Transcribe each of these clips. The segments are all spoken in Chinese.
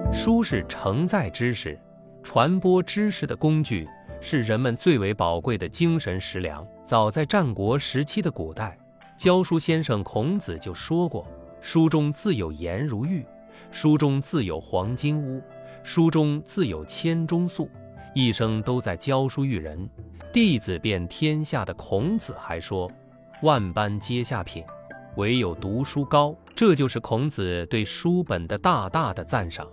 书是承载知识、传播知识的工具，是人们最为宝贵的精神食粮。早在战国时期的古代，教书先生孔子就说过：“书中自有颜如玉，书中自有黄金屋，书中自有千钟粟。”一生都在教书育人，弟子遍天下的孔子还说：“万般皆下品，唯有读书高。”这就是孔子对书本的大大的赞赏。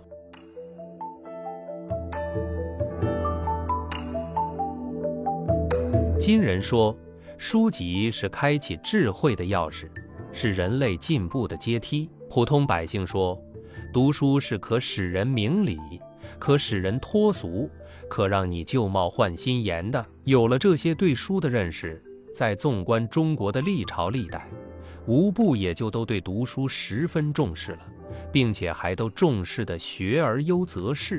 今人说，书籍是开启智慧的钥匙，是人类进步的阶梯。普通百姓说，读书是可使人明理，可使人脱俗，可让你旧貌换新颜的。有了这些对书的认识，在纵观中国的历朝历代，无不也就都对读书十分重视了，并且还都重视的学而优则仕。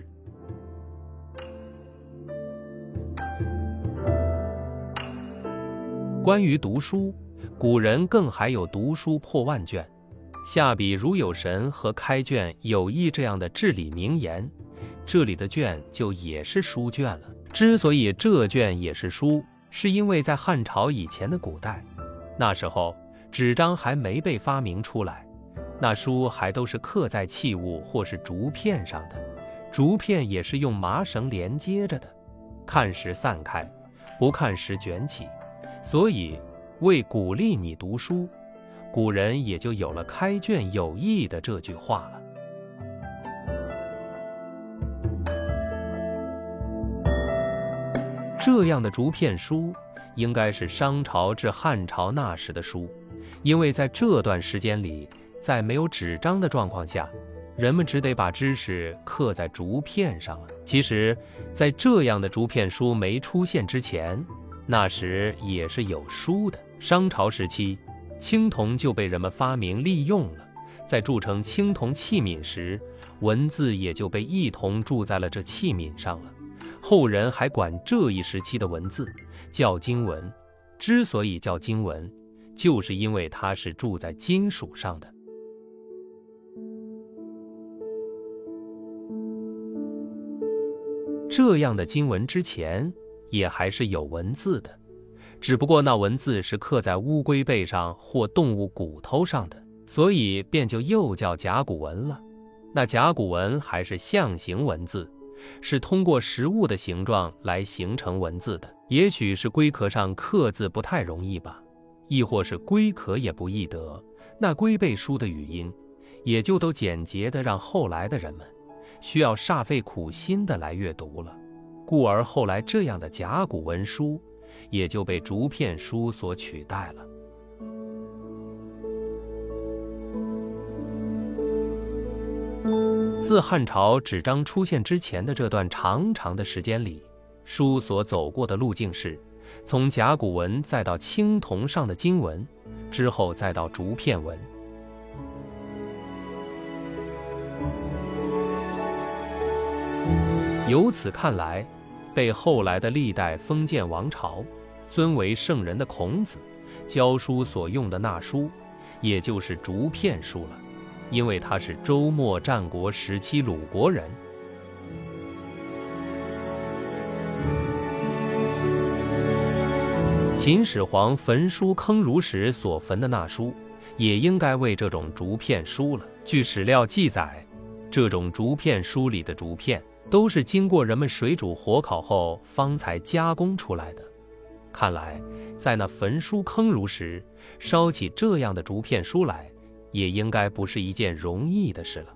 关于读书，古人更还有读书破万卷，下笔如有神和开卷有益这样的至理名言。这里的卷就也是书卷了。之所以这卷也是书，是因为在汉朝以前的古代，那时候纸张还没被发明出来，那书还都是刻在器物或是竹片上的，竹片也是用麻绳连接着的，看时散开，不看时卷起。所以为鼓励你读书，古人也就有了开卷有益的这句话了。这样的竹片书应该是商朝至汉朝那时的书，因为在这段时间里，在没有纸张的状况下，人们只得把知识刻在竹片上了。其实在这样的竹片书没出现之前，那时也是有书的。商朝时期，青铜就被人们发明利用了，在铸成青铜器皿时，文字也就被一同铸在了这器皿上了。后人还管这一时期的文字叫金文，之所以叫金文，就是因为它是铸在金属上的。这样的金文之前也还是有文字的，只不过那文字是刻在乌龟背上或动物骨头上的，所以便就又叫甲骨文了。那甲骨文还是象形文字，是通过实物的形状来形成文字的。也许是龟壳上刻字不太容易吧，亦或是龟壳也不易得，那龟背书的语音也就都简洁的让后来的人们需要煞费苦心的来阅读了，故而后来这样的甲骨文书也就被竹片书所取代了。自汉朝纸张出现之前的这段长长的时间里，书所走过的路径是从甲骨文再到青铜上的金文，之后再到竹片文。由此看来，被后来的历代封建王朝尊为圣人的孔子教书所用的那书，也就是竹片书了，因为他是周末战国时期鲁国人。秦始皇焚书坑儒时所焚的那书，也应该为这种竹片书了。据史料记载，这种竹片书里的竹片都是经过人们水煮火烤后方才加工出来的。看来在那焚书坑儒时烧起这样的竹片书来，也应该不是一件容易的事了。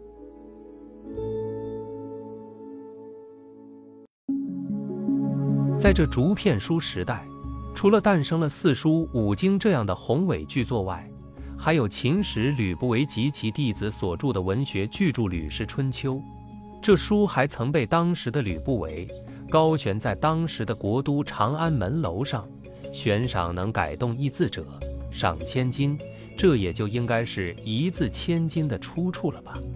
在这竹片书时代，除了诞生了四书五经这样的宏伟巨作外，还有秦时吕不韦及其弟子所著的文学巨著《吕氏春秋》。这书还曾被当时的吕不韦高悬在当时的国都长安门楼上，悬赏能改动一字者赏千金，这也就应该是一字千金的出处了吧。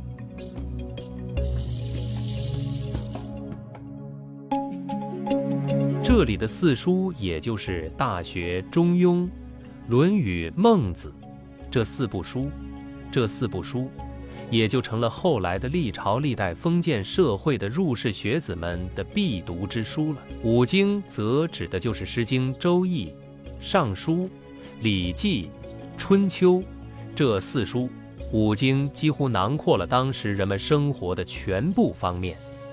这里的四书也就是《大学》《中庸》《论语》《孟子》这四部书， 也就成了后来的历朝历代封建社会的入仕学子们的必读之书了。五经则指的就是《诗经》《周易》《尚书》《礼记》《春秋》这4书。五经几乎囊括了当时人们生活的全部方面。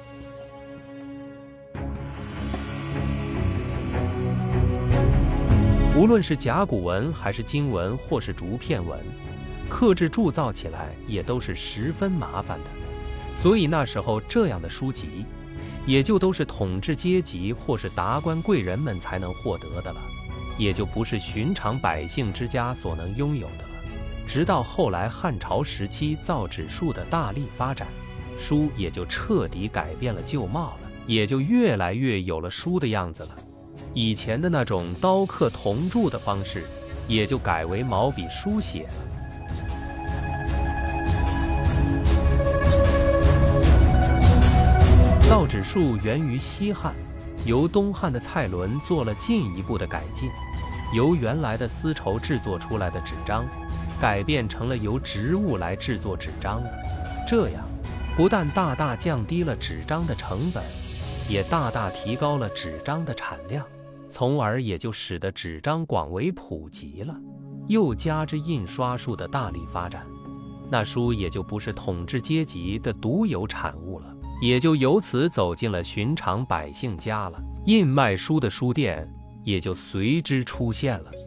无论是甲骨文还是金文或是竹片文，刻制铸造起来也都是十分麻烦的，所以那时候这样的书籍也就都是统治阶级或是达官贵人们才能获得的了，也就不是寻常百姓之家所能拥有的了。直到后来汉朝时期造纸术的大力发展，书也就彻底改变了旧貌了，也就越来越有了书的样子了。以前的那种刀刻铜铸的方式也就改为毛笔书写了。造纸术源于西汉，由东汉的蔡伦做了进一步的改进，由原来的丝绸制作出来的纸张改变成了由植物来制作纸张了。这样不但大大降低了纸张的成本，也大大提高了纸张的产量，从而也就使得纸张广为普及了。又加之印刷术的大力发展，那书也就不是统治阶级的独有产物了，也就由此走进了寻常百姓家了。印卖书的书店也就随之出现了。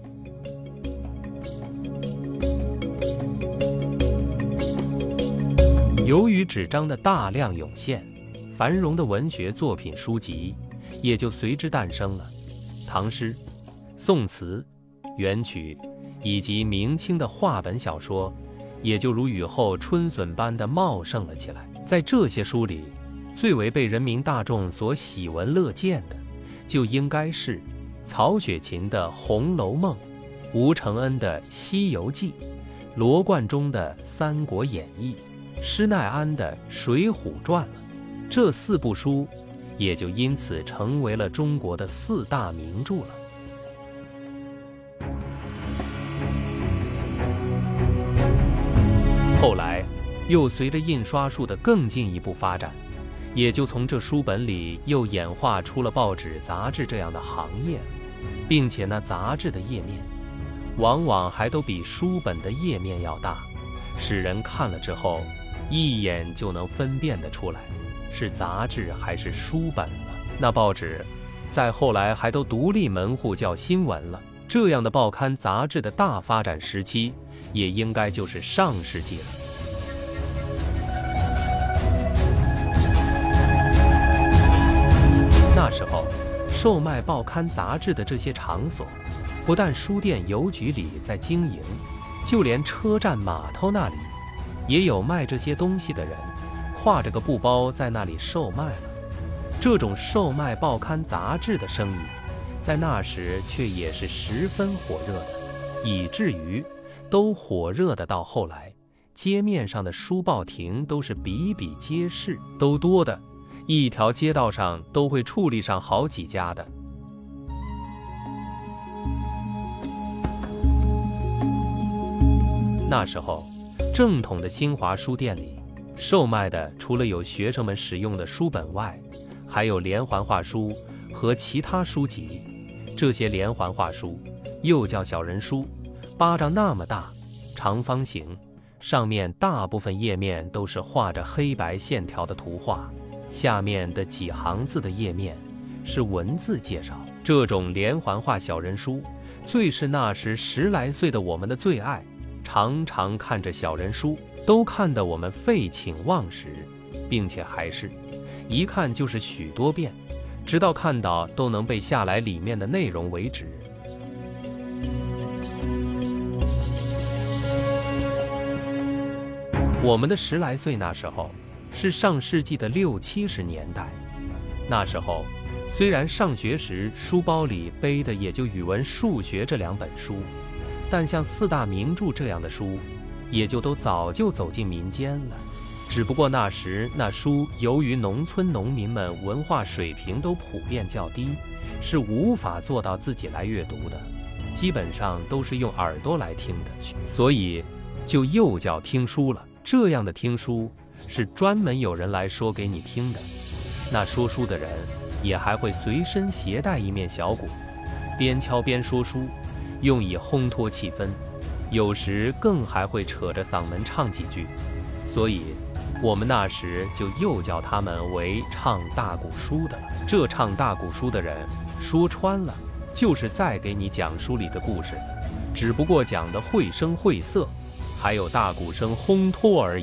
由于纸张的大量涌现，繁荣的文学作品书籍也就随之诞生了。唐诗、宋词、元曲以及明清的话本小说也就如雨后春笋般的茂盛了起来。在这些书里，最为被人民大众所喜闻乐见的，就应该是曹雪芹的《红楼梦》、吴承恩的《西游记》、罗贯中的《三国演义》、施耐庵的《水浒传》了。这4部书也就因此成为了中国的4大名著了。后来又随着印刷术的更进一步发展，也就从这书本里又演化出了报纸、杂志这样的行业，并且那杂志的页面往往还都比书本的页面要大，使人看了之后一眼就能分辨得出来是杂志还是书本了。那报纸再后来还都独立门户叫新闻了。这样的报刊杂志的大发展时期，也应该就是上世纪了。那时候售卖报刊杂志的这些场所，不但书店邮局里在经营，就连车站码头那里也有卖这些东西的人，挎着个布包在那里售卖了。这种售卖报刊杂志的生意在那时却也是十分火热的，以至于都火热的到后来，街面上的书报亭都是比比皆是，都多的一条街道上都会矗立上好几家的。那时候正统的新华书店里售卖的，除了有学生们使用的书本外，还有连环画书和其他书籍。这些连环画书又叫小人书，巴掌那么大，长方形，上面大部分页面都是画着黑白线条的图画，下面的几行字的页面是文字介绍。这种连环画小人书最是那时10来岁的我们的最爱，常常看着小人书都看得我们废寝忘食，并且还是一看就是许多遍，直到看到都能背下来里面的内容为止。我们的10来岁那时候是上世纪的60、70年代，那时候虽然上学时书包里背的也就语文、数学这2本书，但像4大名著这样的书也就都早就走进民间了。只不过那时那书由于农村农民们文化水平都普遍较低，是无法做到自己来阅读的，基本上都是用耳朵来听的，所以就又叫听书了。 这样的听书是专门有人来说给你听的。那说书的人也还会随身携带一面小鼓，边敲边说书，用以烘托气氛，有时更还会扯着嗓门唱几句，所以我们那时就又叫他们为唱大鼓书的了。这唱大鼓书的人说穿了就是在给你讲书里的故事，只不过讲的绘声绘色，还有大鼓声烘托而已。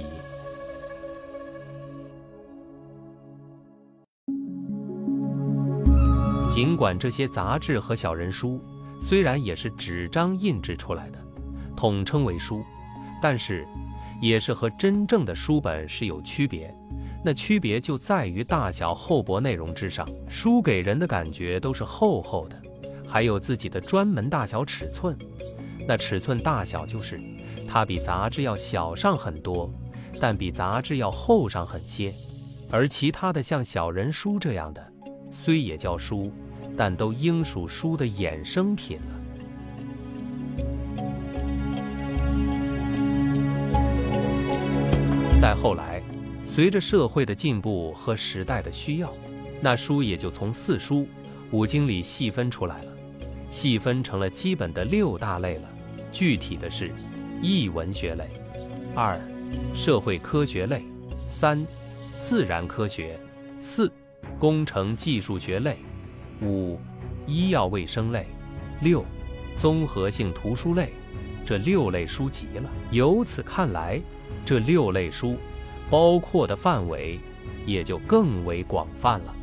尽管这些杂志和小人书虽然也是纸张印制出来的，统称为书，但是也是和真正的书本是有区别。那区别就在于大小、厚薄、内容之上。书给人的感觉都是厚厚的，还有自己的专门大小尺寸。那尺寸大小就是它比杂志要小上很多，但比杂志要厚上很些。而其他的像小人书这样的，虽也叫书，但都应属书的衍生品了。再后来，随着社会的进步和时代的需要，那书也就从四书五经里细分出来了，细分成了基本的6大类了。具体的是1文学类，2社会科学类，3自然科学，4工程技术学类，5医药卫生类，6综合性图书类。这6类书籍了。由此看来，这6类书包括的范围也就更为广泛了。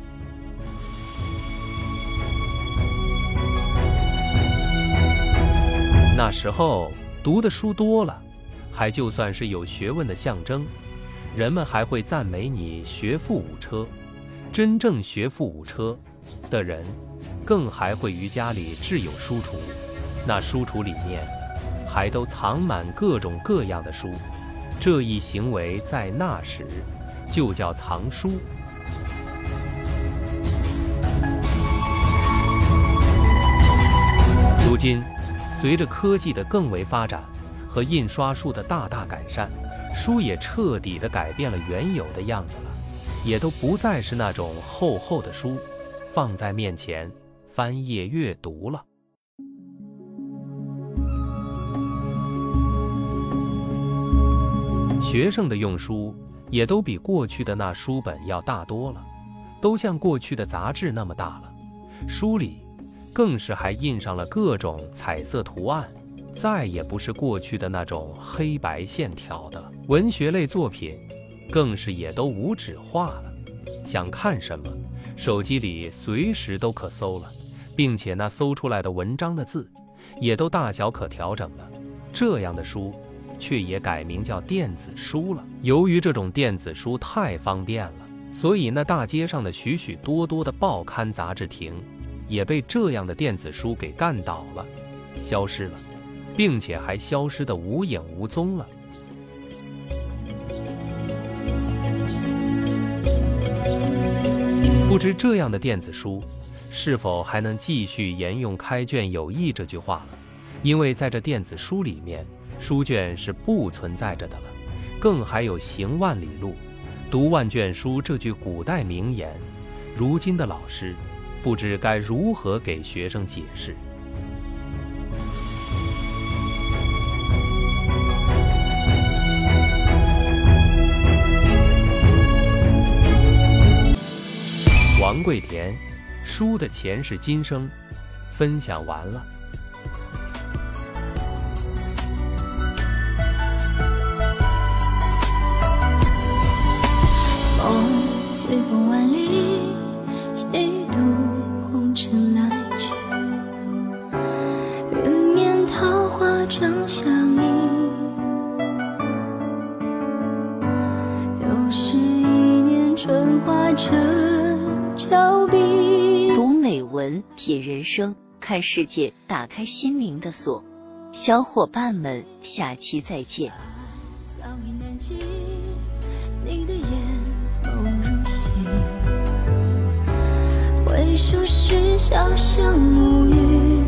那时候读的书多了，还就算是有学问的象征，人们还会赞美你学富五车。真正学富五车的人，更还会于家里置有书橱，那书橱里面还都藏满各种各样的书。这一行为在那时就叫藏书。如今随着科技的更为发展和印刷术的大大改善，书也彻底地改变了原有的样子了，也都不再是那种厚厚的书放在面前翻页阅读了。学生的用书也都比过去的那书本要大多了，都像过去的杂志那么大了。书里更是还印上了各种彩色图案，再也不是过去的那种黑白线条的了。文学类作品更是也都无纸化了，想看什么手机里随时都可搜了，并且那搜出来的文章的字也都大小可调整了。这样的书却也改名叫电子书了。由于这种电子书太方便了，所以那大街上的许许多多的报刊杂志亭也被这样的电子书给干倒了，消失了，并且还消失得无影无踪了。不知这样的电子书是否还能继续沿用开卷有益这句话了，因为在这电子书里面，书卷是不存在着的了。更还有行万里路，读万卷书这句古代名言，如今的老师不知该如何给学生解释。王贵田，书的前世今生，分享完了。 随风万里，几度红尘来去，人面桃花长相依，又是一年春花成峭壁。 读美文，品人生，看世界，打开心灵的锁。小伙伴们，下期再见。 早已难及你的眼眸如洗，回首时潇湘无语，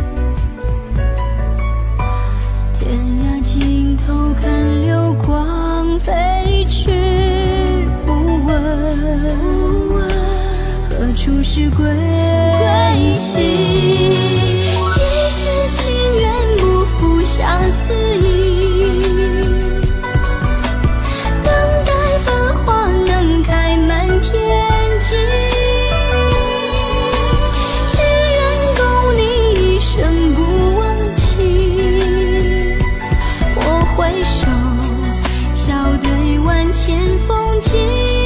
天涯尽头看流光。 是归期。即使情缘不负相思意，等待繁花能开满天际。只愿共你一生不忘记。我回首，笑对万千风景。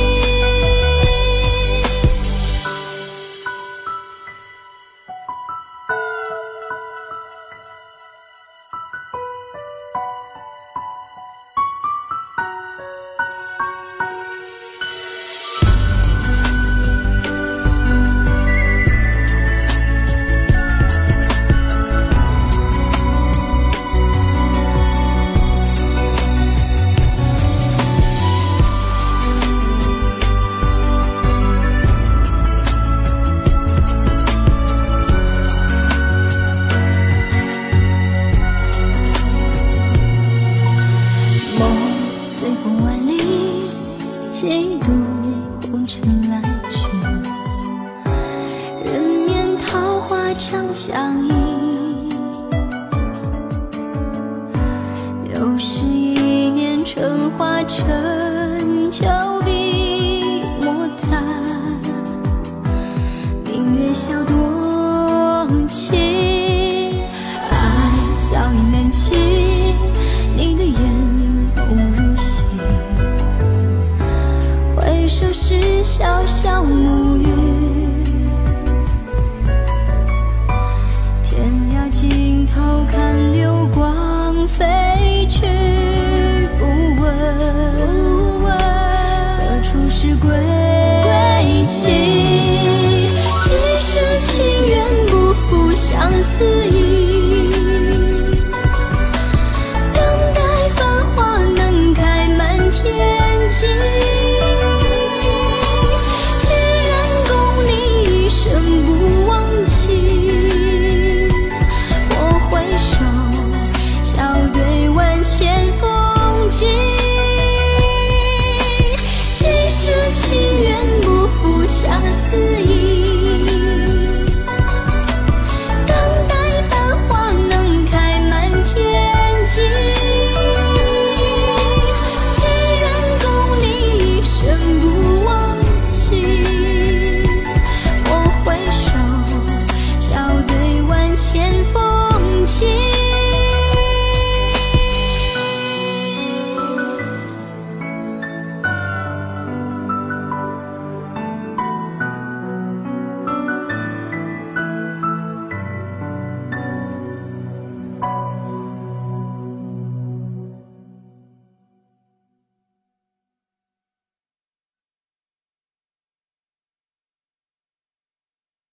随风万里，几度红尘来去。人面桃花长相依，又是一年春花成秋笔墨淡，明月笑多情，爱早已难弃，你的眼梦如回首时，潇潇暮